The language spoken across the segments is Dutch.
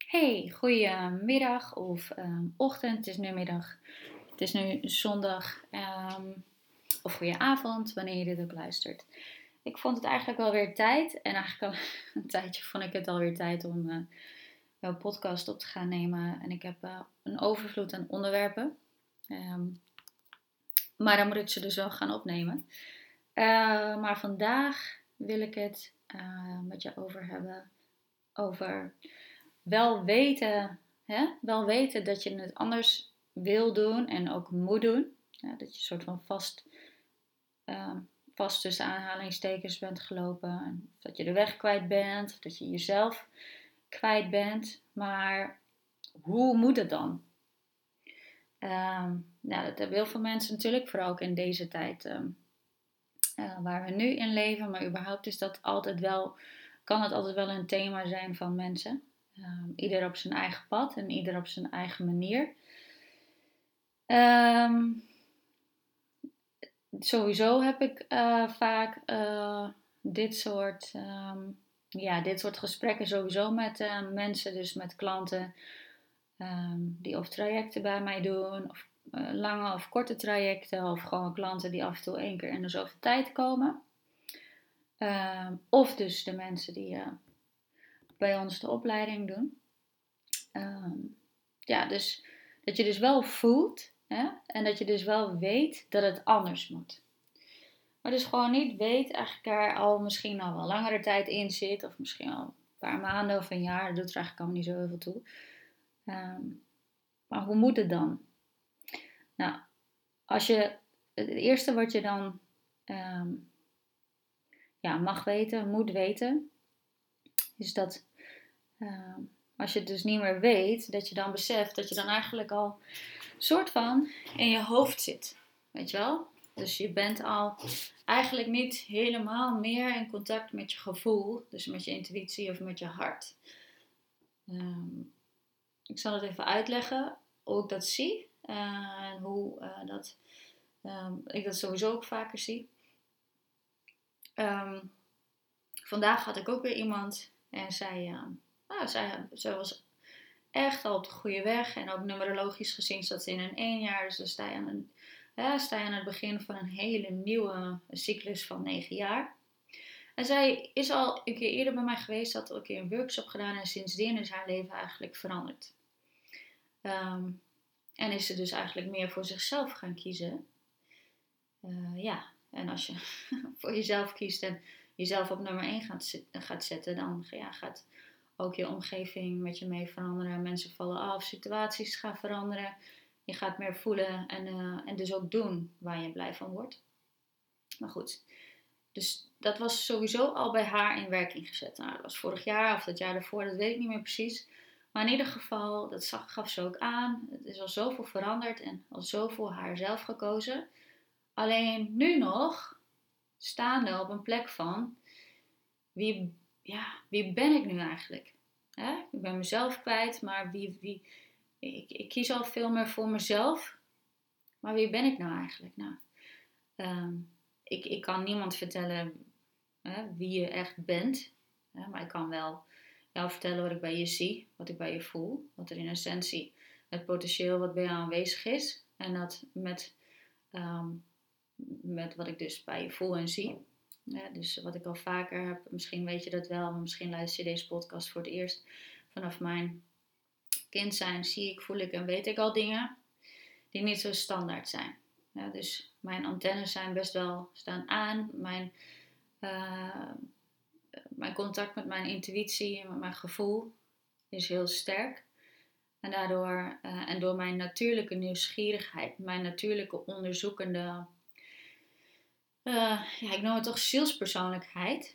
Hey, goedemiddag of ochtend. Het is nu middag. Het is nu zondag. Of goeie avond, wanneer je dit ook luistert. Ik vond het eigenlijk wel weer tijd. En eigenlijk al een tijdje vond ik het alweer tijd om een podcast op te gaan nemen. En ik heb een overvloed aan onderwerpen. Ehm, maar dan moet ik ze dus wel gaan opnemen. Maar vandaag wil ik het met je over hebben. Over wel weten, hè? Wel weten dat je het anders wil doen en ook moet doen. Ja, dat je een soort van vast tussen aanhalingstekens bent gelopen. En dat je de weg kwijt bent, of dat je jezelf kwijt bent. Maar hoe moet het dan? Nou, dat hebben heel veel mensen natuurlijk, vooral ook in deze tijd waar we nu in leven. Maar überhaupt is dat altijd wel, kan het altijd wel een thema zijn van mensen. Ieder op zijn eigen pad en ieder op zijn eigen manier. Sowieso heb ik vaak dit soort gesprekken sowieso met mensen, dus met klanten die of trajecten bij mij doen, of lange of korte trajecten, of gewoon klanten die af en toe 1 keer in de zoveel tijd komen. Of dus de mensen die bij ons de opleiding doen. Dus dat je dus wel voelt, hè? En dat je dus wel weet dat het anders moet. Maar dus gewoon niet weet, eigenlijk er al misschien al wel langere tijd in zit, of misschien al een paar maanden of een jaar, dat doet er eigenlijk allemaal niet zo heel veel toe. Maar hoe moet het dan? Nou, het eerste wat je dan mag weten, moet weten, is dat als je het dus niet meer weet, dat je dan beseft dat je dan eigenlijk al soort van in je hoofd zit. Weet je wel? Dus je bent al eigenlijk niet helemaal meer in contact met je gevoel, dus met je intuïtie of met je hart. Ik zal het even uitleggen hoe ik dat zie en hoe ik dat sowieso ook vaker zie. Vandaag had ik ook weer iemand en zij was echt al op de goede weg. En ook numerologisch gezien zat ze in een 1 jaar. Dus dan sta je aan het begin van een hele nieuwe cyclus van 9 jaar. En zij is al een keer eerder bij mij geweest. Had al een keer een workshop gedaan. En sindsdien is haar leven eigenlijk veranderd. En is ze dus eigenlijk meer voor zichzelf gaan kiezen. En als je voor jezelf kiest en jezelf op nummer 1 gaat zetten, dan gaat ook je omgeving met je mee veranderen. Mensen vallen af, situaties gaan veranderen. Je gaat meer voelen en dus ook doen waar je blij van wordt. Maar goed, dus dat was sowieso al bij haar in werking gezet. Nou, dat was vorig jaar of dat jaar daarvoor, dat weet ik niet meer precies. Maar in ieder geval, gaf ze ook aan. Het is al zoveel veranderd en al zoveel haarzelf gekozen. Alleen nu nog staande op een plek van wie ben ik nu eigenlijk? Ik ben mezelf kwijt, maar ik kies al veel meer voor mezelf. Maar wie ben ik nou eigenlijk? Nou, ik kan niemand vertellen wie je echt bent. Maar ik kan wel jou vertellen wat ik bij je zie, wat ik bij je voel. Wat er in essentie, het potentieel wat bij jou aanwezig is. En dat met wat ik dus bij je voel en zie. Ja, dus wat ik al vaker heb, misschien weet je dat wel, maar misschien luister je deze podcast voor het eerst. Vanaf mijn kind zijn zie ik, voel ik en weet ik al dingen die niet zo standaard zijn. Ja, dus mijn antennes zijn best wel staan aan. Mijn contact met mijn intuïtie en met mijn gevoel is heel sterk. En daardoor, en door mijn natuurlijke nieuwsgierigheid, mijn natuurlijke onderzoekende, ik noem het toch zielspersoonlijkheid,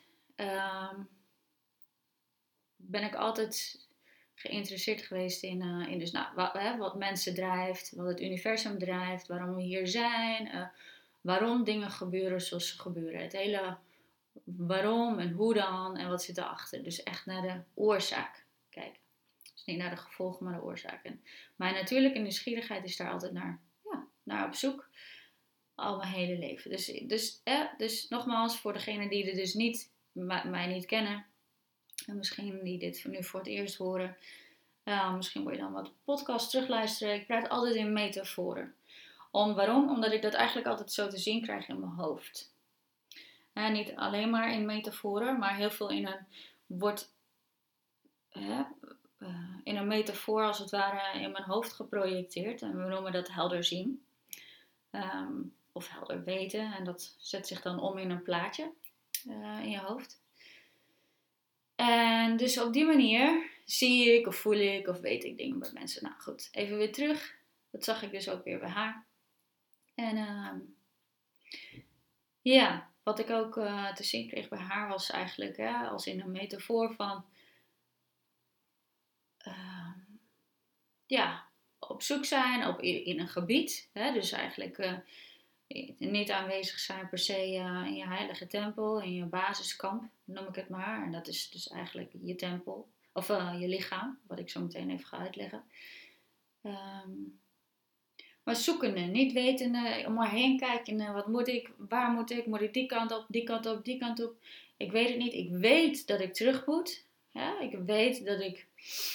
ben ik altijd geïnteresseerd geweest in dus, wat mensen drijft, wat het universum drijft, waarom we hier zijn, waarom dingen gebeuren zoals ze gebeuren. Het hele waarom en hoe dan en wat zit erachter. Dus echt naar de oorzaak kijken. Dus niet naar de gevolgen, maar de oorzaak. En mijn natuurlijke nieuwsgierigheid is daar altijd naar op zoek. Al mijn hele leven. Dus nogmaals, voor degenen die er dus mij niet kennen. En misschien die dit nu voor het eerst horen. Misschien wil je dan wat podcast terugluisteren. Ik praat altijd in metaforen. Waarom? Omdat ik dat eigenlijk altijd zo te zien krijg in mijn hoofd. Niet alleen maar in metaforen, maar heel veel wordt in een metafoor als het ware in mijn hoofd geprojecteerd. En we noemen dat helder zien. Of helder weten. En dat zet zich dan om in een plaatje in je hoofd. En dus op die manier zie ik of voel ik of weet ik dingen bij mensen. Nou goed, even weer terug. Dat zag ik dus ook weer bij haar. En wat ik ook te zien kreeg bij haar was eigenlijk als in een metafoor van op zoek zijn in een gebied. Dus eigenlijk niet aanwezig zijn per se in je heilige tempel, in je basiskamp, noem ik het maar. En dat is dus eigenlijk je tempel, of je lichaam, wat ik zo meteen even ga uitleggen. Maar zoekende, niet wetende, om maar heen kijkende, wat moet ik, waar moet ik die kant op, die kant op, die kant op. Ik weet het niet, ik weet dat ik terug moet. Ja? Ik weet dat ik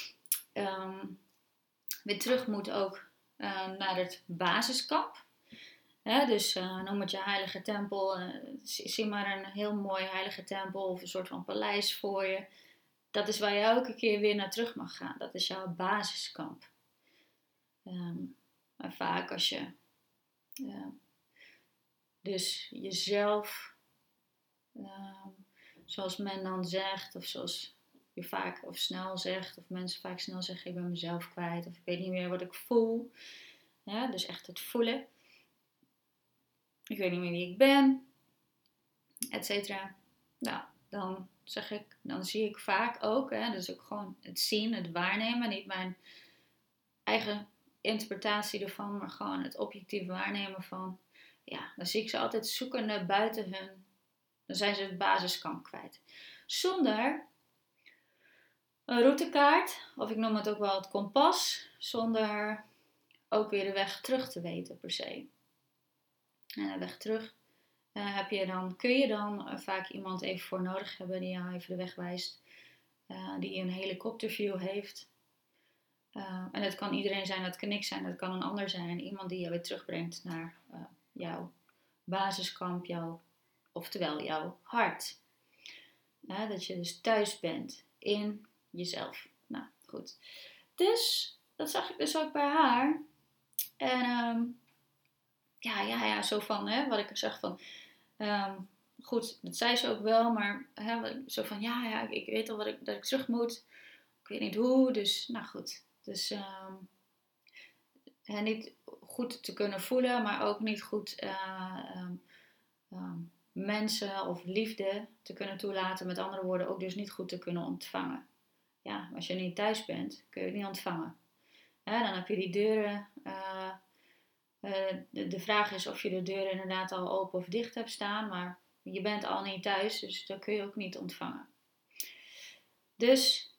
weer terug moet ook naar het basiskamp. Dus noem het je heilige tempel. Zie maar een heel mooi heilige tempel of een soort van paleis voor je. Dat is waar je elke keer weer naar terug mag gaan. Dat is jouw basiskamp. Maar vaak als je dus jezelf, zoals men dan zegt, of zoals je vaak of snel zegt, of mensen vaak snel zeggen, ik ben mezelf kwijt, of ik weet niet meer wat ik voel. Dus echt het voelen. Ik weet niet meer wie ik ben, et cetera. Nou, dan zie ik vaak ook, dus ook gewoon het zien, het waarnemen, niet mijn eigen interpretatie ervan, maar gewoon het objectief waarnemen van, dan zie ik ze altijd zoekende buiten dan zijn ze het basiskamp kwijt. Zonder een routekaart, of ik noem het ook wel het kompas, zonder ook weer de weg terug te weten per se. En de weg terug kun je dan vaak iemand even voor nodig hebben die jou even de weg wijst. Die een helikopterview heeft. En het kan iedereen zijn, het kan ik zijn, het kan een ander zijn. Iemand die je weer terugbrengt naar jouw basiskamp, oftewel jouw hart. Dat je dus thuis bent in jezelf. Nou, goed. Dus, dat zag ik dus ook bij haar. En zo van, wat ik zeg van... goed, dat zei ze ook wel, maar zo van, ik weet al dat ik terug moet. Ik weet niet hoe, dus, nou goed. Dus, niet goed te kunnen voelen, maar ook niet goed mensen of liefde te kunnen toelaten. Met andere woorden, ook dus niet goed te kunnen ontvangen. Ja, als je niet thuis bent, kun je het niet ontvangen. Dan heb je die deuren. De vraag is of je de deuren inderdaad al open of dicht hebt staan, maar je bent al niet thuis, dus dat kun je ook niet ontvangen. Dus,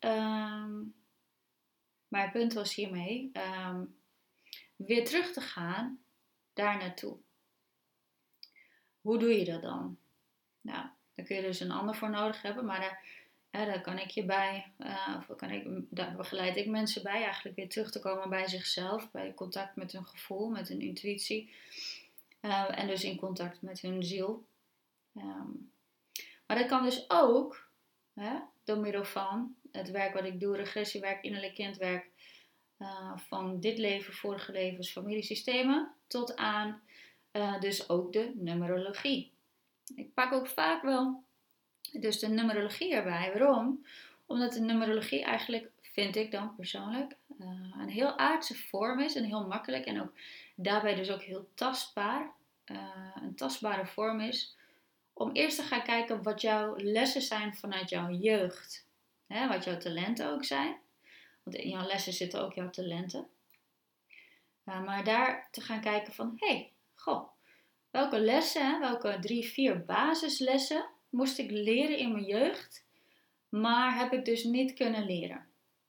mijn punt was hiermee, weer terug te gaan daar naartoe. Hoe doe je dat dan? Nou, daar kun je dus een ander voor nodig hebben, maar daar kan ik je bij, daar begeleid ik mensen bij, eigenlijk weer terug te komen bij zichzelf, bij contact met hun gevoel, met hun intuïtie. En dus in contact met hun ziel. Maar dat kan dus ook door middel van het werk wat ik doe, regressiewerk, innerlijk kindwerk, van dit leven, vorige levens, familiesystemen, tot aan dus ook de numerologie. Ik pak ook vaak wel dus de numerologie erbij. Waarom? Omdat de numerologie eigenlijk, vind ik dan persoonlijk, een heel aardse vorm is en heel makkelijk en ook daarbij dus ook heel tastbaar. Een tastbare vorm is om eerst te gaan kijken wat jouw lessen zijn vanuit jouw jeugd. Wat jouw talenten ook zijn. Want in jouw lessen zitten ook jouw talenten. Maar daar te gaan kijken van, welke lessen, welke 3, 4 basislessen moest ik leren in mijn jeugd, maar heb ik dus niet kunnen leren.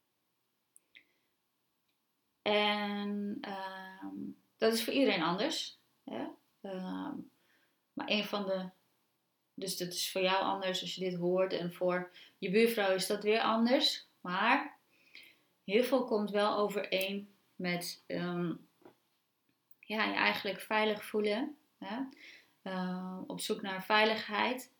En dat is voor iedereen anders. Maar een van de... Dus dat is voor jou anders als je dit hoort. En voor je buurvrouw is dat weer anders. Maar heel veel komt wel overeen met je eigenlijk veilig voelen. Hè? Op zoek naar veiligheid.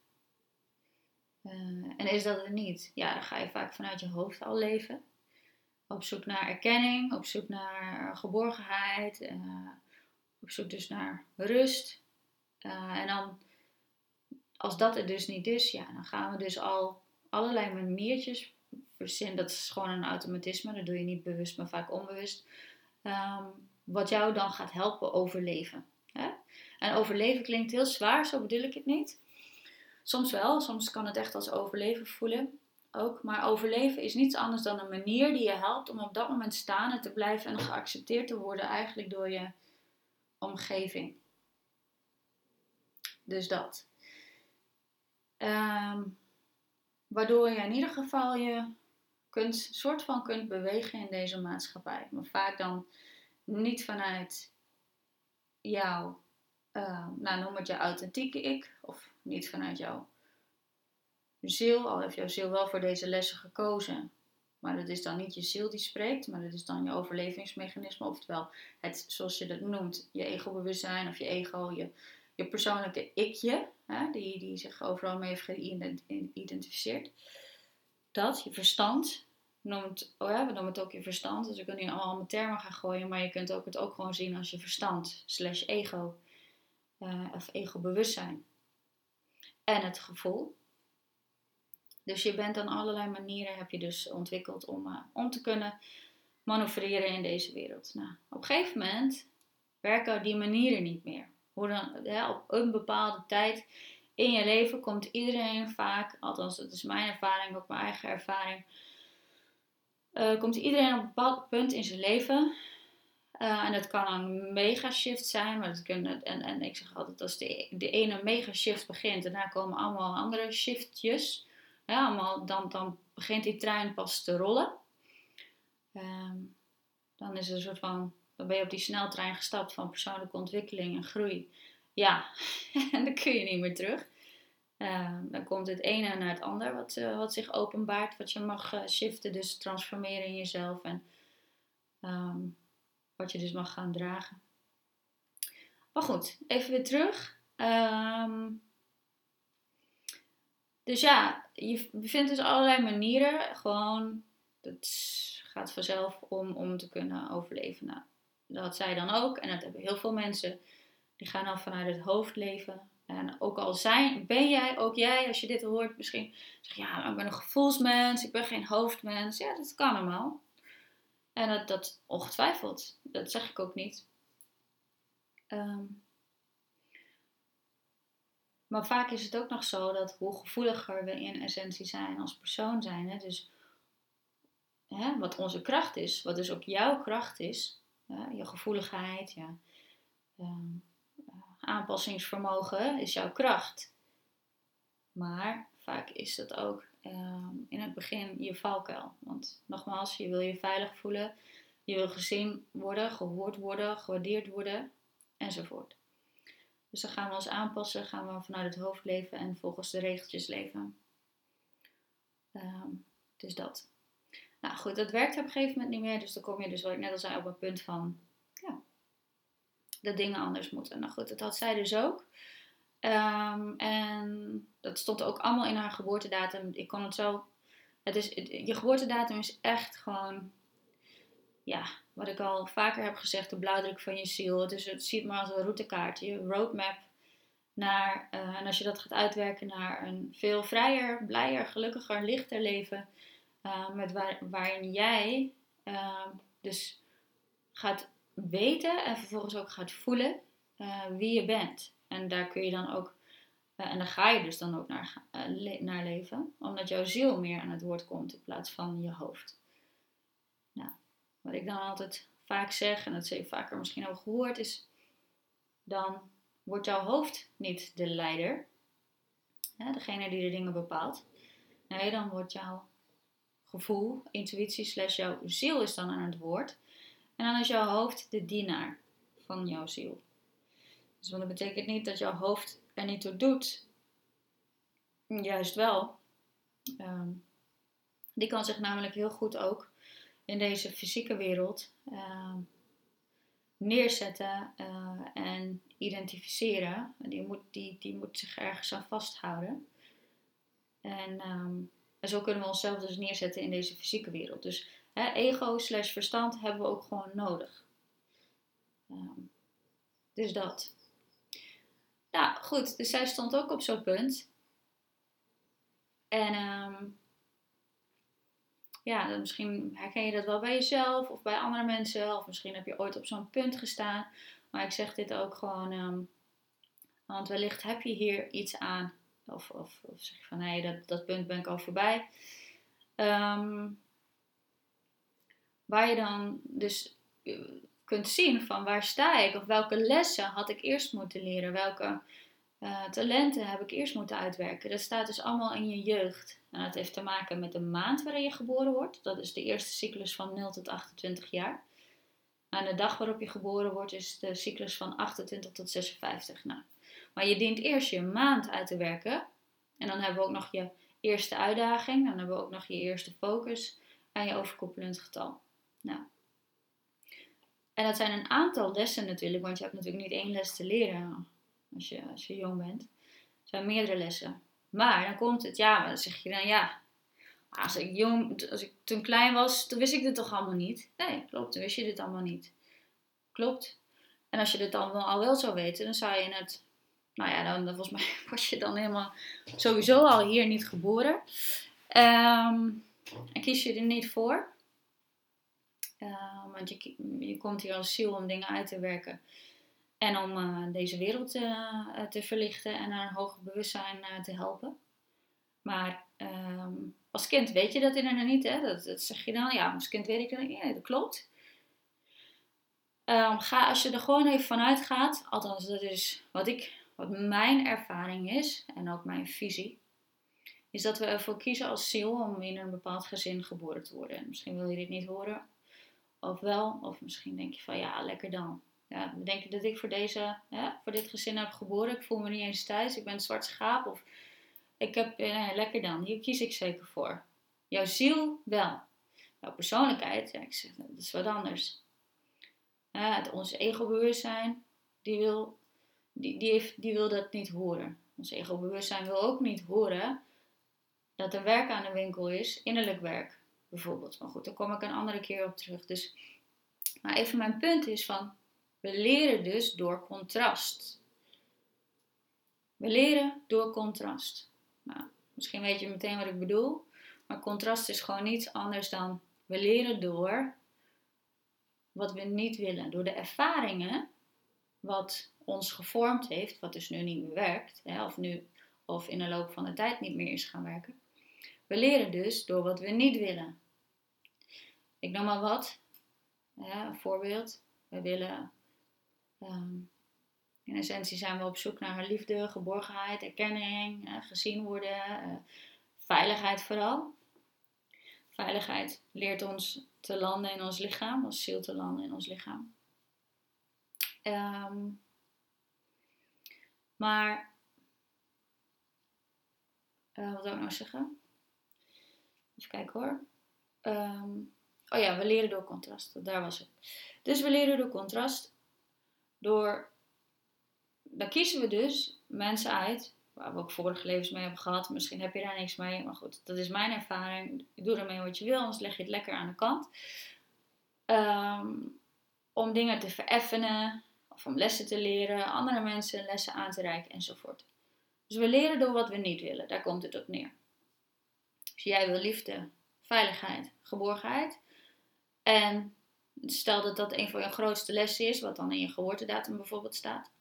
En is dat het niet? Ja, dan ga je vaak vanuit je hoofd al leven. Op zoek naar erkenning, op zoek naar geborgenheid, op zoek dus naar rust. En dan, als dat er dus niet is, ja, dan gaan we dus al allerlei maniertjes verzinnen. Dat is gewoon een automatisme, dat doe je niet bewust, maar vaak onbewust. Wat jou dan gaat helpen overleven. Hè? En overleven klinkt heel zwaar, zo bedoel ik het niet. Soms wel, soms kan het echt als overleven voelen ook. Maar overleven is niets anders dan een manier die je helpt om op dat moment staande te blijven en geaccepteerd te worden eigenlijk door je omgeving. Dus dat. Waardoor je in ieder geval je soort van kunt bewegen in deze maatschappij. Maar vaak dan niet vanuit jouw, noem het je authentieke ik. Of niet vanuit jouw ziel, al heeft jouw ziel wel voor deze lessen gekozen. Maar dat is dan niet je ziel die spreekt, maar dat is dan je overlevingsmechanisme. Oftewel, het, zoals je dat noemt, je ego-bewustzijn of je ego, je persoonlijke ikje, hè, die zich overal mee heeft geïdentificeerd. Dat, je verstand, we noemen het ook je verstand. Dus we kunnen hier allemaal termen gaan gooien, maar je kunt het ook gewoon zien als je verstand, / ego, of ego-bewustzijn. En het gevoel. Dus je bent dan allerlei manieren heb je dus ontwikkeld om te kunnen manoeuvreren in deze wereld. Nou, op een gegeven moment werken die manieren niet meer. Hoe dan, op een bepaalde tijd in je leven komt iedereen vaak, althans dat is mijn ervaring, ook mijn eigen ervaring, komt iedereen op een bepaald punt in zijn leven. En dat kan een mega shift zijn, maar dat en ik zeg altijd, als de ene mega shift begint, daarna komen allemaal andere shiftjes. Ja, allemaal, dan begint die trein pas te rollen. Dan is er een soort van, dan ben je op die sneltrein gestapt van persoonlijke ontwikkeling en groei. Ja, en dan kun je niet meer terug. Dan komt het ene naar het ander wat zich openbaart, wat je mag shiften, dus transformeren in jezelf en wat je dus mag gaan dragen. Maar goed, even weer terug. Dus ja, je vindt dus allerlei manieren. Gewoon, dat gaat vanzelf om te kunnen overleven. Nou, dat had zij dan ook. En dat hebben heel veel mensen. Die gaan dan vanuit het hoofd leven. En ook al ben jij, ook jij, als je dit hoort, misschien zeg je, ja, ik ben een gevoelsmens, ik ben geen hoofdmens. Ja, dat kan allemaal. En dat ongetwijfeld. Dat zeg ik ook niet. Maar vaak is het ook nog zo dat hoe gevoeliger we in essentie zijn als persoon zijn. Hè, dus wat onze kracht is, wat dus ook jouw kracht is. Je gevoeligheid, je aanpassingsvermogen is jouw kracht. Maar vaak is dat ook in het begin je valkuil. Want nogmaals, je wil je veilig voelen. Je wil gezien worden, gehoord worden, gewaardeerd worden enzovoort. Dus dan gaan we ons aanpassen, gaan we vanuit het hoofd leven en volgens de regeltjes leven. Dus dat. Nou goed, dat werkt op een gegeven moment niet meer. Dus dan kom je dus, wat ik net al zei, op een punt van dat dingen anders moeten. Nou goed, dat had zij dus ook. En dat stond ook allemaal in haar geboortedatum. Ik kon het zo... je geboortedatum is echt gewoon... Ja, wat ik al vaker heb gezegd, de blauwdruk van je ziel. Het ziet maar als een routekaart, je roadmap naar, en als je dat gaat uitwerken naar een veel vrijer, blijer, gelukkiger, lichter leven, waarin jij dus gaat weten en vervolgens ook gaat voelen wie je bent. En daar kun je dan ook, en daar ga je dus dan ook naar leven, omdat jouw ziel meer aan het woord komt in plaats van je hoofd. Nou, wat ik dan altijd vaak zeg, en dat ze je vaker misschien ook gehoord, is dan wordt jouw hoofd niet de leider, degene die de dingen bepaalt. Nee, dan wordt jouw gevoel, intuïtie / jouw ziel is dan aan het woord. En dan is jouw hoofd de dienaar van jouw ziel. Dus dat betekent niet dat jouw hoofd er niet toe doet. Juist wel. Die kan zich namelijk heel goed ook in deze fysieke wereld neerzetten en identificeren. Die moet zich ergens aan vasthouden. En zo kunnen we onszelf dus neerzetten in deze fysieke wereld. Dus ego/verstand hebben we ook gewoon nodig. Dus dat. Nou goed, dus zij stond ook op zo'n punt. En ja, dan misschien herken je dat wel bij jezelf of bij andere mensen. Of misschien heb je ooit op zo'n punt gestaan. Maar ik zeg dit ook gewoon, want wellicht heb je hier iets aan. Of zeg je van nee, dat punt ben ik al voorbij. Waar je dan dus kunt zien van waar sta ik. Of welke lessen had ik eerst moeten leren. Welke talenten heb ik eerst moeten uitwerken. Dat staat dus allemaal in je jeugd. En dat heeft te maken met de maand waarin je geboren wordt. Dat is de eerste cyclus van 0 tot 28 jaar. En de dag waarop je geboren wordt is de cyclus van 28 tot 56. Nou, maar je dient eerst je maand uit te werken. En dan hebben we ook nog je eerste uitdaging. Dan hebben we ook nog je eerste focus en je overkoepelend getal. Nou. En dat zijn een aantal lessen natuurlijk. Want je hebt natuurlijk niet één les te leren als je jong bent. Het zijn meerdere lessen. Maar dan komt het, maar dan zeg je dan als ik toen klein was, toen wist ik dit toch allemaal niet? Nee, klopt, toen wist je dit allemaal niet. Klopt. En als je dit dan al wel zou weten, dan zou je het, dan volgens mij was je dan helemaal sowieso al hier niet geboren. En kies je er niet voor. Want je komt hier als ziel om dingen uit te werken. En om deze wereld te verlichten en naar een hoger bewustzijn te helpen. Maar als kind weet je dat inderdaad niet. Hè? Dat zeg je dan. Ja, als kind weet ik dat niet. Ja, dat klopt. Als je er gewoon even vanuit gaat. Althans, dat is wat mijn ervaring is. En ook mijn visie. Is dat we ervoor kiezen als ziel om in een bepaald gezin geboren te worden. En misschien wil je dit niet horen. Of wel. Of misschien denk je van lekker dan. Ja, denk je dat ik voor dit gezin heb geboren? Ik voel me niet eens thuis. Ik ben een zwart schaap. Of ik heb, lekker dan. Hier kies ik zeker voor. Jouw ziel wel. Jouw persoonlijkheid, ik zeg, dat is wat anders. Ons ego-bewustzijn, die wil dat niet horen. Ons ego-bewustzijn wil ook niet horen dat er werk aan de winkel is. Innerlijk werk, bijvoorbeeld. Maar goed, daar kom ik een andere keer op terug. Dus, maar even mijn punt is van, we leren dus door contrast. We leren door contrast. Nou, misschien weet je meteen wat ik bedoel. Maar contrast is gewoon niets anders dan we leren door wat we niet willen. Door de ervaringen wat ons gevormd heeft, wat dus nu niet meer werkt. Of in de loop van de tijd niet meer is gaan werken. We leren dus door wat we niet willen. Ik noem maar wat. Een voorbeeld. We willen... in essentie zijn we op zoek naar liefde, geborgenheid, erkenning, gezien worden, veiligheid vooral. Veiligheid leert ons te landen in ons lichaam, als ziel te landen in ons lichaam. Maar, wat wil ik nou zeggen? Even kijken hoor. We leren door contrast, daar was het. Dus we leren door contrast, dan kiezen we dus mensen uit, waar we ook vorige levens mee hebben gehad. Misschien heb je daar niks mee, maar goed, dat is mijn ervaring. Doe ermee wat je wil, anders leg je het lekker aan de kant. Om dingen te vereffenen, of om lessen te leren, andere mensen lessen aan te reiken enzovoort. Dus we leren door wat we niet willen, daar komt het op neer. Dus jij wil liefde, veiligheid, geborgenheid. En stel dat dat een van je grootste lessen is, wat dan in je geboortedatum bijvoorbeeld staat.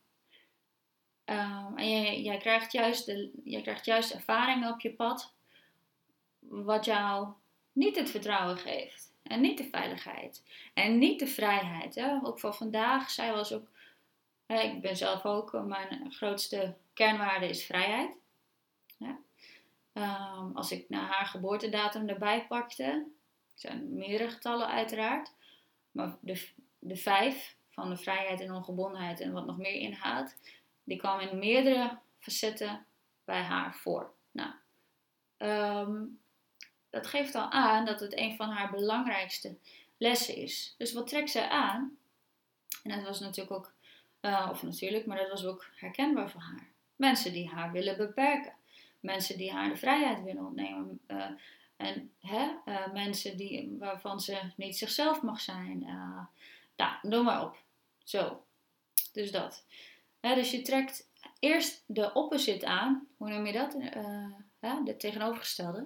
En jij krijgt juist ervaringen op je pad wat jou niet het vertrouwen geeft. En niet de veiligheid. En niet de vrijheid. Hè? Ook van vandaag, zij was ook... ik ben zelf ook, mijn grootste kernwaarde is vrijheid. Ja. Als ik naar haar geboortedatum erbij pakte, er zijn meerdere getallen uiteraard, maar de 5 van de vrijheid en ongebondenheid en wat nog meer inhoudt, die kwam in meerdere facetten bij haar voor. Nou, dat geeft al aan dat het een van haar belangrijkste lessen is. Dus wat trekt zij aan? En dat was natuurlijk ook, maar dat was ook herkenbaar voor haar. Mensen die haar willen beperken. Mensen die haar de vrijheid willen ontnemen. Mensen waarvan ze niet zichzelf mag zijn. Nou, noem maar op. Zo. Dus dat. Dus je trekt eerst de opposite aan. Hoe noem je dat? De tegenovergestelde.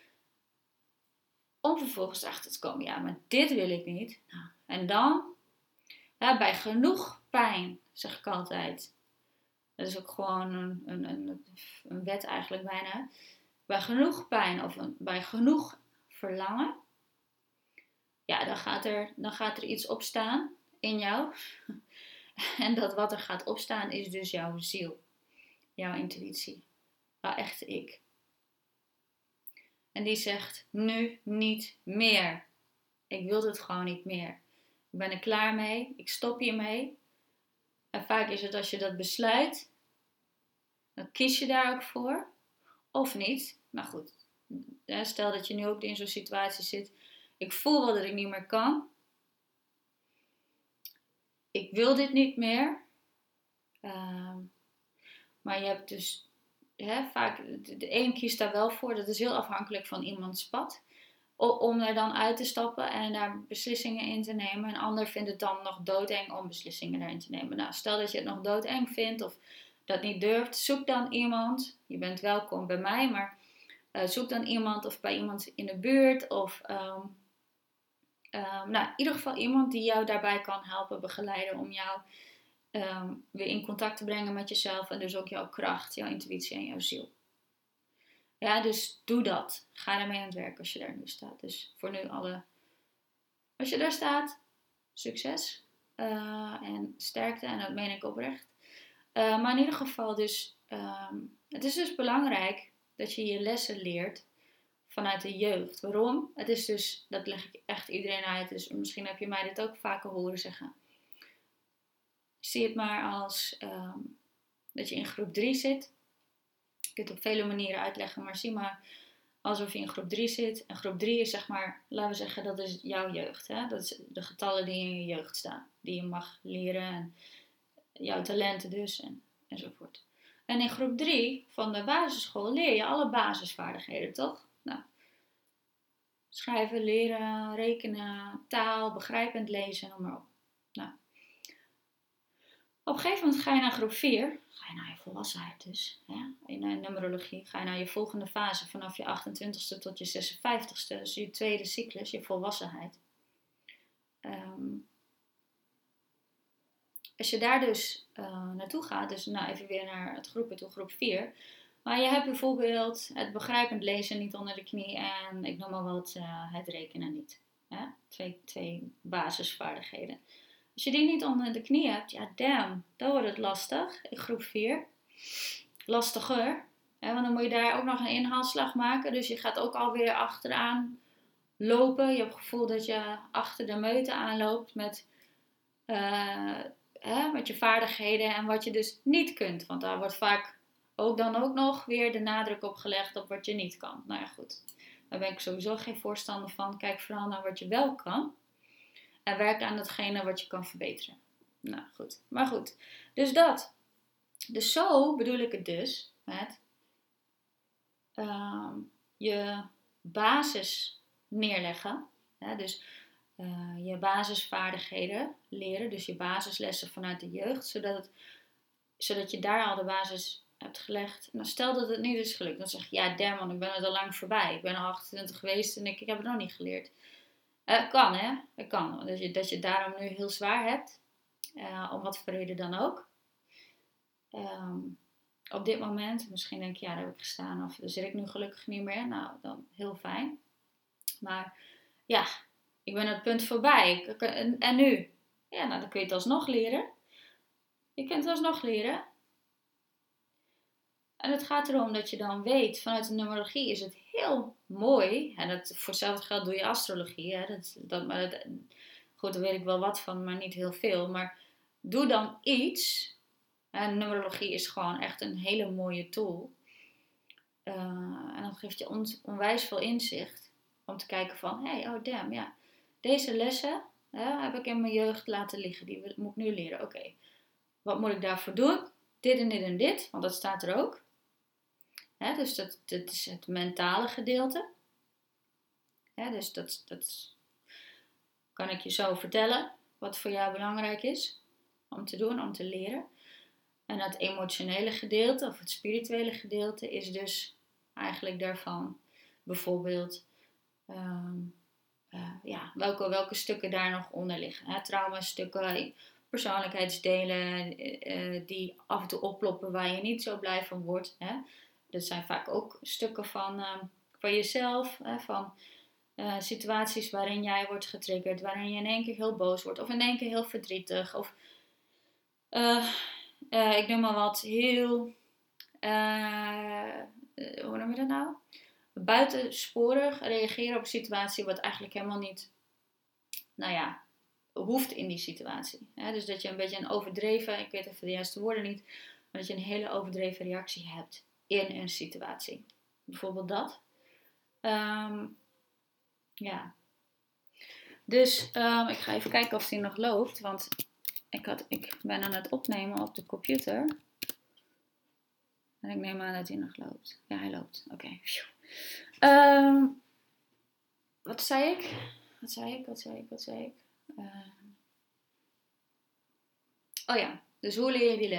Om vervolgens erachter te komen. Ja, maar dit wil ik niet. Nou, en dan, bij genoeg pijn, zeg ik altijd. Dat is ook gewoon een wet eigenlijk bijna. Bij genoeg pijn of bij genoeg verlangen. Ja, dan gaat er iets opstaan in jou. En dat wat er gaat opstaan is dus jouw ziel. Jouw intuïtie. Jouw echte ik. En die zegt, nu niet meer. Ik wil het gewoon niet meer. Ik ben er klaar mee. Ik stop hiermee. En vaak is het als je dat besluit, dan kies je daar ook voor. Of niet. Maar goed. Stel dat je nu ook in zo'n situatie zit. Ik voel wel dat ik niet meer kan. Ik wil dit niet meer. Maar je hebt dus vaak, de een kiest daar wel voor. Dat is heel afhankelijk van iemands pad. Om er dan uit te stappen en daar beslissingen in te nemen. Een ander vindt het dan nog doodeng om beslissingen daarin te nemen. Nou, stel dat je het nog doodeng vindt of dat niet durft. Zoek dan iemand. Je bent welkom bij mij, maar zoek dan iemand of bij iemand in de buurt. Of in ieder geval iemand die jou daarbij kan helpen, begeleiden. Om jou weer in contact te brengen met jezelf. En dus ook jouw kracht, jouw intuïtie en jouw ziel. Ja, dus doe dat. Ga daarmee aan het werk als je daar nu staat. Dus voor nu als je daar staat, succes en sterkte. En dat meen ik oprecht. Maar in ieder geval dus, het is dus belangrijk dat je je lessen leert vanuit de jeugd. Waarom? Het is dus, dat leg ik echt iedereen uit. Dus misschien heb je mij dit ook vaker horen zeggen. Zie het maar als dat je in groep 3 zit. Je kunt het op vele manieren uitleggen, maar zie maar alsof je in groep 3 zit. En groep 3 is zeg maar, laten we zeggen, dat is jouw jeugd. Hè? Dat is de getallen die in je jeugd staan. Die je mag leren. En jouw talenten dus. Enzovoort. En in groep 3 van de basisschool leer je alle basisvaardigheden, toch? Nou, schrijven, leren, rekenen, taal, begrijpend lezen, noem maar op. Nou, op een gegeven moment ga je naar groep 4. Ga je naar je volwassenheid dus. Ja? In numerologie ga je naar je volgende fase vanaf je 28ste tot je 56ste. Dus je tweede cyclus, je volwassenheid. Als je daar dus naartoe gaat, dus nou even weer naar het groepen toe, groep 4. Maar je hebt bijvoorbeeld het begrijpend lezen niet onder de knie en ik noem maar wat, het rekenen niet. Ja? Twee basisvaardigheden. Als je die niet onder de knie hebt, ja damn, dan wordt het lastig in groep 4. Lastiger, want dan moet je daar ook nog een inhaalslag maken. Dus je gaat ook alweer achteraan lopen. Je hebt het gevoel dat je achter de meute aanloopt met je vaardigheden en wat je dus niet kunt. Want daar wordt vaak ook nog weer de nadruk op gelegd op wat je niet kan. Nou ja, goed. Daar ben ik sowieso geen voorstander van. Kijk vooral naar wat je wel kan. En werk aan datgene wat je kan verbeteren. Nou goed. Maar goed. Dus dat. Dus zo bedoel ik het dus met je basis neerleggen. Dus je basisvaardigheden leren. Dus je basislessen vanuit de jeugd. Zodat je daar al de basis hebt gelegd. Nou, stel dat het niet is gelukt. Dan zeg je, ja damn man, ik ben er al lang voorbij. Ik ben al 28 geweest en ik heb het nog niet geleerd. Kan hè. Het kan. Dat je het daarom nu heel zwaar hebt. Om wat voor reden dan ook. Op dit moment. Misschien denk je, ja daar heb ik gestaan. Of zit ik nu gelukkig niet meer. Nou, dan heel fijn. Maar ja, ik ben het punt voorbij. En nu? Ja, nou dan kun je het alsnog leren. Je kunt het alsnog leren. En het gaat erom dat je dan weet, vanuit de numerologie is het heel mooi. En voor hetzelfde geld doe je astrologie. Hè? Goed, daar weet ik wel wat van, maar niet heel veel. Maar doe dan iets. En numerologie is gewoon echt een hele mooie tool. En dat geeft je onwijs veel inzicht. Om te kijken van, oh damn, ja. Deze lessen heb ik in mijn jeugd laten liggen. Die moet ik nu leren. Oké, wat moet ik daarvoor doen? Dit en dit en dit, want dat staat er ook. Dus dat is het mentale gedeelte. Dus dat kan ik je zo vertellen. Wat voor jou belangrijk is om te doen, om te leren. En het emotionele gedeelte of het spirituele gedeelte is dus eigenlijk daarvan. Bijvoorbeeld welke stukken daar nog onder liggen. Traumastukken, persoonlijkheidsdelen die af en toe oploppen waar je niet zo blij van wordt. Dat zijn vaak ook stukken van jezelf, van situaties waarin jij wordt getriggerd, waarin je in één keer heel boos wordt of in één keer heel verdrietig. Of ik noem maar wat, heel, hoe noem je dat nou? Buitensporig reageren op een situatie wat eigenlijk helemaal niet, hoeft in die situatie. Dus dat je een beetje een overdreven, ik weet even de juiste woorden niet, maar dat je een hele overdreven reactie hebt in een situatie. Bijvoorbeeld dat. Dus ik ga even kijken of die nog loopt, want ik ben aan het opnemen op de computer. En ik neem aan dat hij nog loopt. Ja, hij loopt. Oké. Wat zei ik? Dus hoe leer je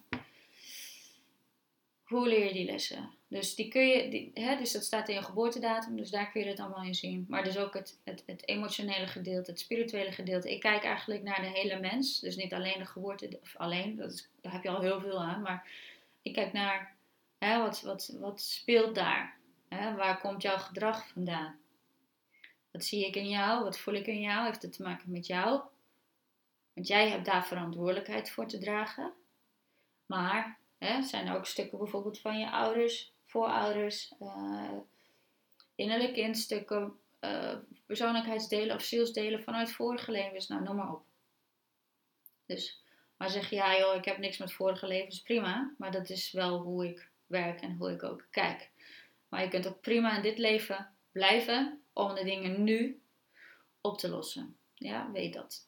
die lessen? Dus die kun je, dus dat staat in je geboortedatum, dus daar kun je het allemaal in zien. Maar dus ook het emotionele gedeelte, het spirituele gedeelte. Ik kijk eigenlijk naar de hele mens, dus niet alleen de geboorte, of alleen, daar heb je al heel veel aan. Maar ik kijk naar, wat speelt daar? Waar komt jouw gedrag vandaan? Wat zie ik in jou? Wat voel ik in jou? Heeft het te maken met jou? Want jij hebt daar verantwoordelijkheid voor te dragen. Maar zijn er ook stukken bijvoorbeeld van je ouders, voorouders, innerlijke kindstukken, persoonlijkheidsdelen of zielsdelen vanuit vorige levens, nou noem maar op. Dus, maar zeg je, ja joh, ik heb niks met vorige levens, prima. Maar dat is wel hoe ik werk en hoe ik ook kijk. Maar je kunt ook prima in dit leven blijven om de dingen nu op te lossen. Ja, weet dat.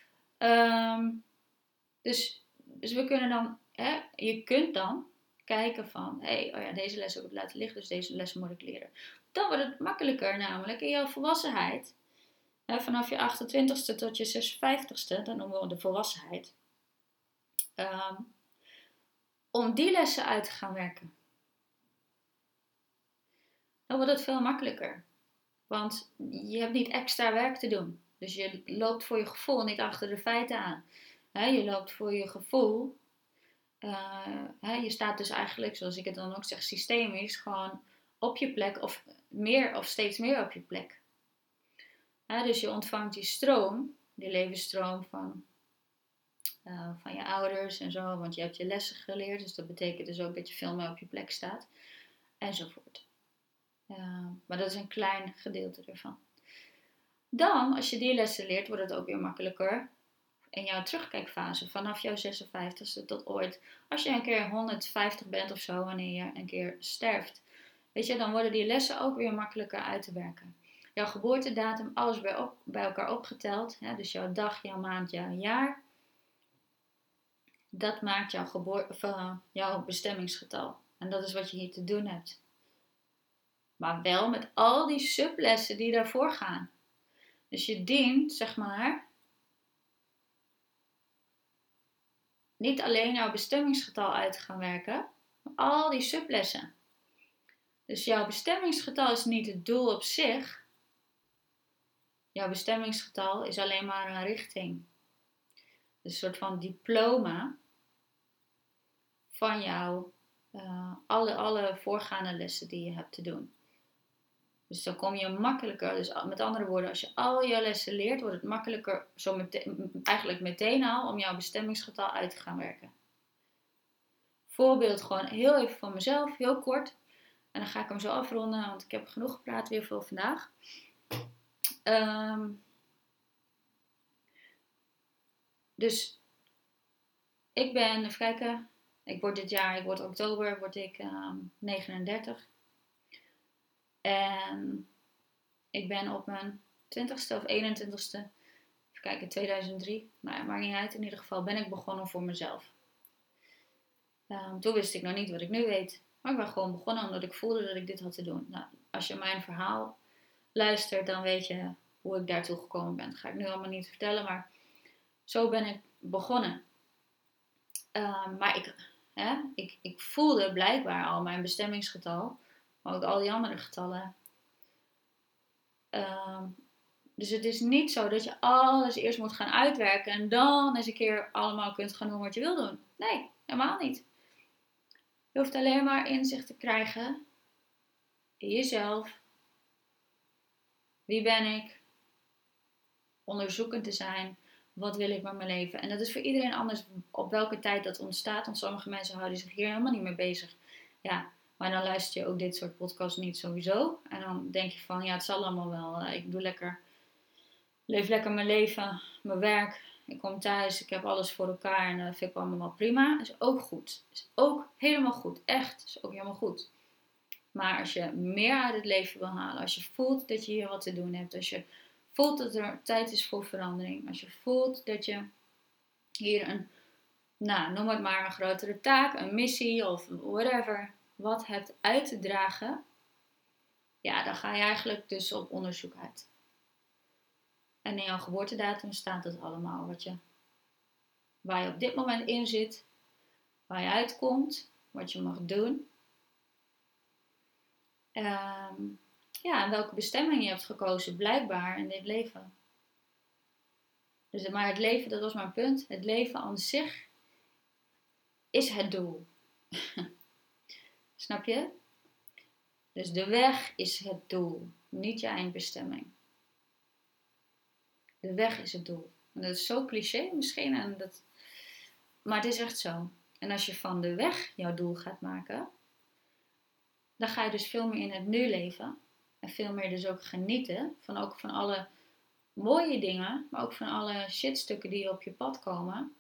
Dus we kunnen dan, je kunt dan kijken van, deze les heb ik laten liggen, dus deze les moet ik leren. Dan wordt het makkelijker namelijk in jouw volwassenheid. Vanaf je 28ste tot je 56ste, dan noemen we de volwassenheid. Om die lessen uit te gaan werken. Dan wordt het veel makkelijker. Want je hebt niet extra werk te doen. Dus je loopt voor je gevoel niet achter de feiten aan. Je loopt voor je gevoel. Je staat dus eigenlijk, zoals ik het dan ook zeg, systemisch gewoon op je plek of steeds meer op je plek. Dus je ontvangt die stroom, die levensstroom van je ouders en zo, want je hebt je lessen geleerd, dus dat betekent dus ook dat je veel meer op je plek staat, enzovoort. Maar dat is een klein gedeelte ervan. Dan, als je die lessen leert, wordt het ook weer makkelijker in jouw terugkijkfase, vanaf jouw 56ste tot ooit. Als je een keer 150 bent of zo, wanneer je een keer sterft. Weet je, dan worden die lessen ook weer makkelijker uit te werken. Jouw geboortedatum, alles bij elkaar opgeteld. Dus jouw dag, jouw maand, jouw jaar. Dat maakt jouw bestemmingsgetal. En dat is wat je hier te doen hebt. Maar wel met al die sublessen die daarvoor gaan. Dus je dient, zeg maar, niet alleen jouw bestemmingsgetal uit te gaan werken, maar al die sublessen. Dus jouw bestemmingsgetal is niet het doel op zich. Jouw bestemmingsgetal is alleen maar een richting. Dus een soort van diploma van jouw alle voorgaande lessen die je hebt te doen. Dus dan kom je makkelijker, dus met andere woorden, als je al je lessen leert, wordt het makkelijker, eigenlijk meteen al, om jouw bestemmingsgetal uit te gaan werken. Voorbeeld gewoon heel even van mezelf, heel kort. En dan ga ik hem zo afronden, want ik heb genoeg gepraat weer voor vandaag. Dus ik ben, even kijken, ik word oktober 39. En Ik ben op mijn 20ste of 21ste, even kijken, 2003. Nou ja, maakt niet uit. In ieder geval ben ik begonnen voor mezelf. Toen wist ik nog niet wat ik nu weet. Maar ik ben gewoon begonnen omdat ik voelde dat ik dit had te doen. Nou, als je mijn verhaal luistert, dan weet je hoe ik daartoe gekomen ben. Dat ga ik nu allemaal niet vertellen, maar zo ben ik begonnen. Maar ik voelde blijkbaar al mijn bestemmingsgetal, maar ook al die andere getallen. Dus het is niet zo dat je alles eerst moet gaan uitwerken en dan eens een keer allemaal kunt gaan doen wat je wil doen. Nee, helemaal niet. Je hoeft alleen maar inzicht te krijgen in jezelf. Wie ben ik? Onderzoekend te zijn. Wat wil ik met mijn leven? En dat is voor iedereen anders op welke tijd dat ontstaat. Want sommige mensen houden zich hier helemaal niet mee bezig. Ja, maar dan luister je ook dit soort podcasts niet sowieso. En dan denk je van, ja, het zal allemaal wel. Ik leef lekker mijn leven, mijn werk. Ik kom thuis, ik heb alles voor elkaar en dat vind ik allemaal wel prima. Is ook goed. Is ook helemaal goed. Echt, is ook helemaal goed. Maar als je meer uit het leven wil halen, als je voelt dat je hier wat te doen hebt, als je voelt dat er tijd is voor verandering, als je voelt dat je hier noem het maar een grotere taak, een missie of whatever, wat hebt uit te dragen, ja, dan ga je eigenlijk dus op onderzoek uit. En in jouw geboortedatum staat het allemaal waar je op dit moment in zit, waar je uitkomt, wat je mag doen. En welke bestemming je hebt gekozen, blijkbaar in dit leven. Maar het leven, dat was mijn punt. Het leven aan zich is het doel. Snap je? Dus de weg is het doel, niet je eindbestemming. De weg is het doel. En dat is zo cliché misschien, maar het is echt zo. En als je van de weg jouw doel gaat maken, dan ga je dus veel meer in het nu leven. En veel meer dus ook genieten van alle mooie dingen, maar ook van alle shitstukken die op je pad komen.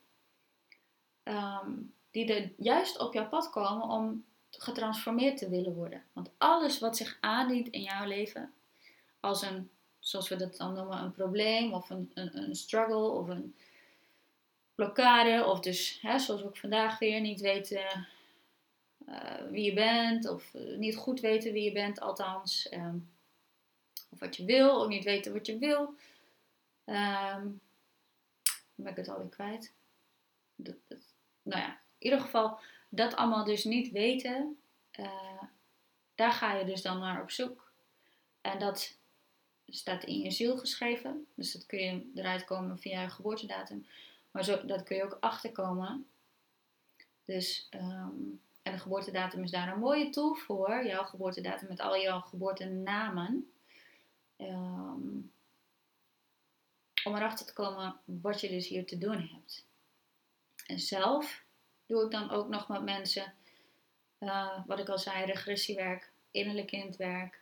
Die er juist op jouw pad komen om getransformeerd te willen worden. Want alles wat zich aandient in jouw leven, als zoals we dat dan noemen, een probleem of een struggle of een blokkade, of dus, zoals we ook vandaag weer, niet weten wie je bent, of niet goed weten wie je bent, althans, of wat je wil, ook niet weten wat je wil. Dan ben ik het alweer kwijt. In ieder geval, dat allemaal dus niet weten, daar ga je dus dan naar op zoek. En dat staat in je ziel geschreven, dus dat kun je eruit komen via je geboortedatum. Maar dat kun je ook achterkomen. Dus, en de geboortedatum is daar een mooie tool voor, jouw geboortedatum met al jouw geboortenamen. Om erachter te komen wat je dus hier te doen hebt. En zelf doe ik dan ook nog met mensen, wat ik al zei, regressiewerk, innerlijk kindwerk,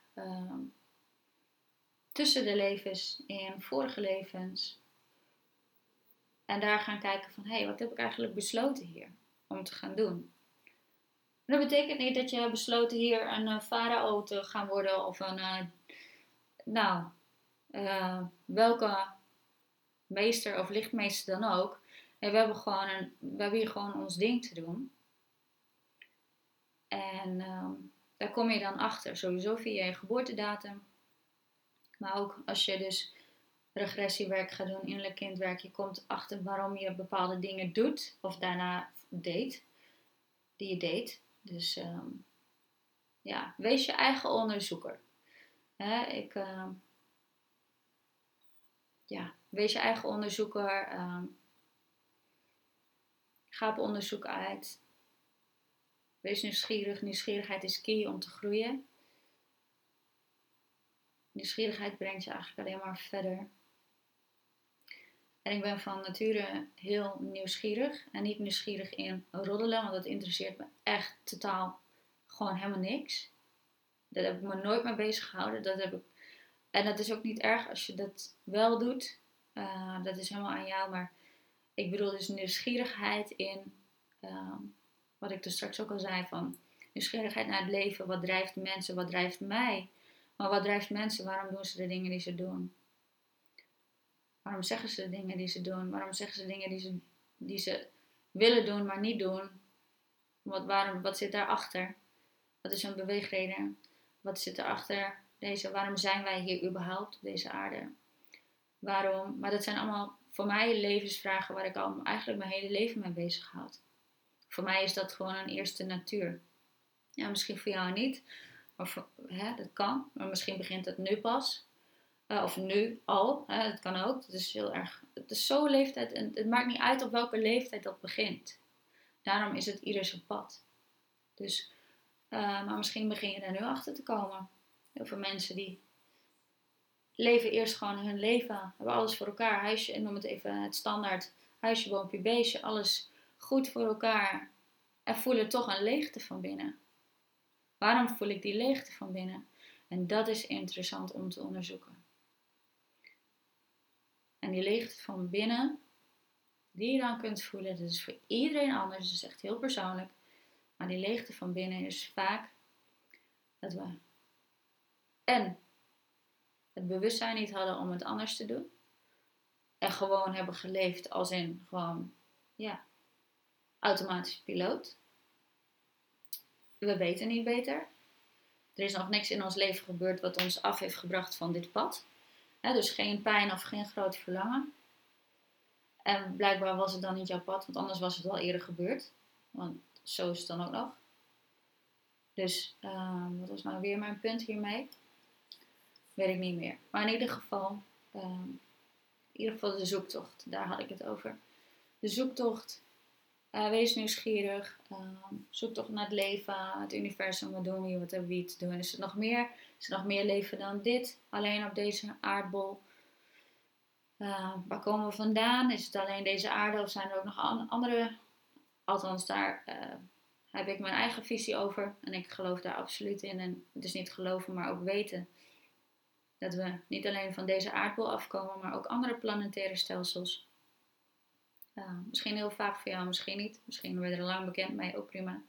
tussen de levens, in vorige levens. En daar gaan kijken van, wat heb ik eigenlijk besloten hier om te gaan doen? En dat betekent niet dat je besloten hier een farao te gaan worden of welke meester of lichtmeester dan ook. En we hebben hier gewoon ons ding te doen. En daar kom je dan achter, sowieso via je geboortedatum. Maar ook als je dus regressiewerk gaat doen, innerlijk kindwerk, je komt achter waarom je bepaalde dingen doet of daarna deed, die je deed. Dus wees je eigen onderzoeker. Wees je eigen onderzoeker. Ga op onderzoek uit. Wees nieuwsgierig. Nieuwsgierigheid is key om te groeien. Nieuwsgierigheid brengt je eigenlijk alleen maar verder. En ik ben van nature heel nieuwsgierig. En niet nieuwsgierig in roddelen, want dat interesseert me echt totaal gewoon helemaal niks. Daar heb ik me nooit mee bezig gehouden. En dat is ook niet erg als je dat wel doet. Dat is helemaal aan jou. Maar ik bedoel dus nieuwsgierigheid in, wat ik dus straks ook al zei, van nieuwsgierigheid naar het leven. Wat drijft mensen, wat drijft mij? Maar wat drijft mensen? Waarom doen ze de dingen die ze doen? Waarom zeggen ze de dingen die ze doen? Waarom zeggen ze dingen die ze willen doen, maar niet doen? Wat zit daarachter? Wat is hun beweegreden? Wat zit erachter? Waarom zijn wij hier überhaupt op deze aarde? Waarom? Maar dat zijn allemaal voor mij levensvragen waar ik al eigenlijk mijn hele leven mee bezig houd. Voor mij is dat gewoon een eerste natuur. Ja, misschien voor jou niet. Maar dat kan. Maar misschien begint het nu pas. Of nu al. Dat kan ook. Het is heel erg. Het is zo'n leeftijd. En het maakt niet uit op welke leeftijd dat begint. Daarom is het ieder zijn pad. Dus, maar misschien begin je daar nu achter te komen. Heel veel mensen die leven eerst gewoon hun leven. Hebben alles voor elkaar. Huisje, ik noem het even het standaard. Huisje, boompje, beestje. Alles goed voor elkaar. En voelen toch een leegte van binnen. Waarom voel ik die leegte van binnen? En dat is interessant om te onderzoeken. En die leegte van binnen, die je dan kunt voelen, dat is voor iedereen anders. Dat is echt heel persoonlijk. Maar die leegte van binnen is vaak dat we en het bewustzijn niet hadden om het anders te doen. En gewoon hebben geleefd als in gewoon, ja, automatisch piloot. We weten niet beter. Er is nog niks in ons leven gebeurd wat ons af heeft gebracht van dit pad. Dus geen pijn of geen groot verlangen. En blijkbaar was het dan niet jouw pad, want anders was het wel eerder gebeurd. Want zo is het dan ook nog. Dus wat was nou weer mijn punt hiermee? Weet ik niet meer. Maar in ieder geval de zoektocht. Daar had ik het over. De zoektocht. Wees nieuwsgierig. Zoektocht naar het leven, het universum. Wat doen we hier? Wat hebben we hier te doen? Is er nog meer? Is er nog meer leven dan dit? Alleen op deze aardbol. Waar komen we vandaan? Is het alleen deze aarde of zijn er ook nog andere? Althans, daar heb ik mijn eigen visie over. En ik geloof daar absoluut in. En het is niet geloven, maar ook weten. Dat we niet alleen van deze aardbol afkomen, maar ook andere planetaire stelsels. Misschien heel vaak voor jou, misschien niet. Misschien ben je er lang bekend mee, ook prima.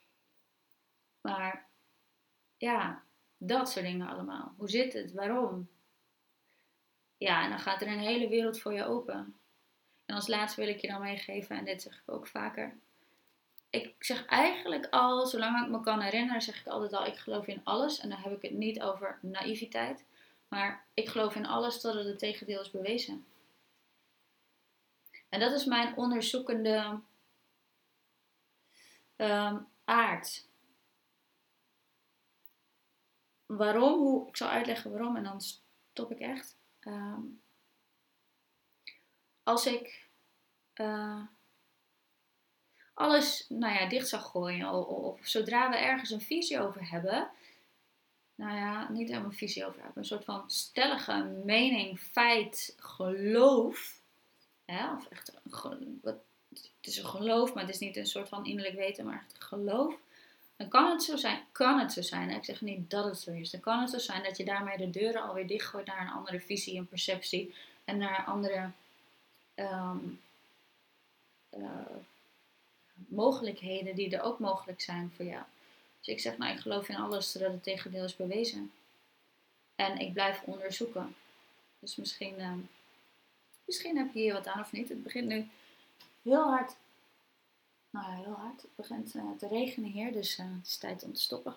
Maar ja, dat soort dingen allemaal. Hoe zit het? Waarom? Ja, en dan gaat er een hele wereld voor je open. En als laatste wil ik je dan meegeven, en dit zeg ik ook vaker. Ik zeg eigenlijk al, zolang ik me kan herinneren, zeg ik altijd al, ik geloof in alles. En dan heb ik het niet over naïviteit. Maar ik geloof in alles totdat het tegendeel is bewezen. En dat is mijn onderzoekende aard. Waarom? Ik zal uitleggen waarom en dan stop ik echt. Als ik alles dicht zag gooien, of zodra we ergens een visie over hebben, niet helemaal een visie over hebben, een soort van stellige mening, feit, geloof, of echt, het is een geloof, maar het is niet een soort van innerlijk weten, maar echt geloof. Dan kan het zo zijn, ik zeg niet dat het zo is, dan kan het zo zijn dat je daarmee de deuren alweer dichtgooit naar een andere visie en perceptie en naar andere mogelijkheden die er ook mogelijk zijn voor jou. Dus ik zeg, ik geloof in alles zodat het tegendeel is bewezen. En ik blijf onderzoeken. Dus misschien heb je hier wat aan of niet. Het begint nu heel hard. Heel hard. Het begint te regenen hier, dus het is tijd om te stoppen.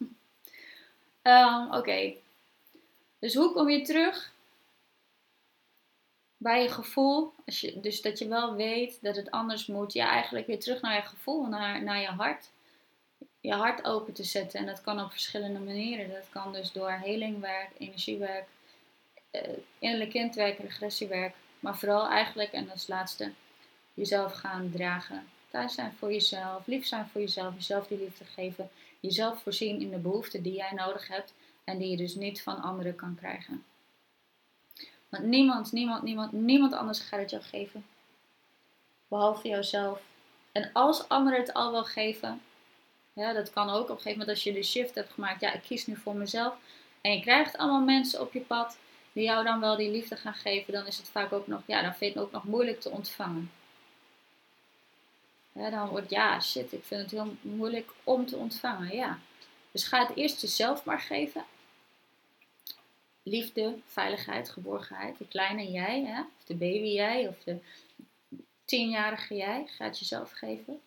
Oké. Dus hoe kom je terug bij je gevoel? Dus dat je wel weet dat het anders moet. Ja, eigenlijk weer terug naar je gevoel, naar je hart. Je hart open te zetten. En dat kan op verschillende manieren. Dat kan dus door helingwerk, energiewerk, innerlijk kindwerk, regressiewerk. Maar vooral eigenlijk, en als laatste, jezelf gaan dragen. Thuis zijn voor jezelf, lief zijn voor jezelf, jezelf die liefde geven. Jezelf voorzien in de behoeften die jij nodig hebt en die je dus niet van anderen kan krijgen. Want niemand anders gaat het jou geven. Behalve jouzelf. En als anderen het al wel geven, dat kan ook op een gegeven moment als je de shift hebt gemaakt. Ja, ik kies nu voor mezelf. En je krijgt allemaal mensen op je pad die jou dan wel die liefde gaan geven. Dan is het vaak ook nog, dan vind je het ook nog moeilijk te ontvangen. Dan wordt, ik vind het heel moeilijk om te ontvangen. Ja. Dus ga het eerst jezelf maar geven. liefde, veiligheid, geborgenheid. De kleine jij, hè? Of de baby jij, of de 10-jarige jij. Ga het jezelf geven.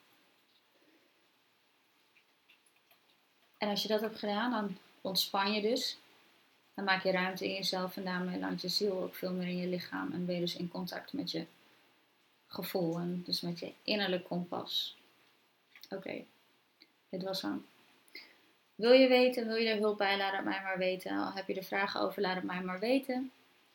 En als je dat hebt gedaan, dan ontspan je dus. Dan maak je ruimte in jezelf en daarmee landt je ziel ook veel meer in je lichaam. En ben je dus in contact met je gevoel en dus met je innerlijk kompas. Oké, dit was hem. Wil je weten, wil je er hulp bij, laat het mij maar weten. Al heb je er vragen over, laat het mij maar weten.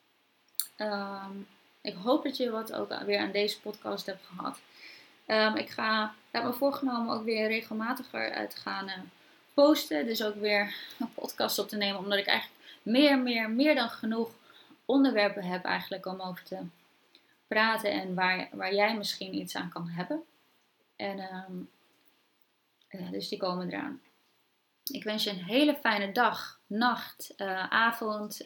Ik hoop dat je wat ook weer aan deze podcast hebt gehad. Ik heb me voorgenomen ook weer regelmatiger uit te gaan posten. Dus ook weer een podcast op te nemen. Omdat ik eigenlijk meer dan genoeg onderwerpen heb eigenlijk om over te praten. En waar jij misschien iets aan kan hebben. En dus die komen eraan. Ik wens je een hele fijne dag, nacht, avond.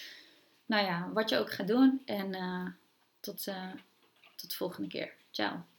Nou ja, wat je ook gaat doen. En tot de volgende keer. Ciao.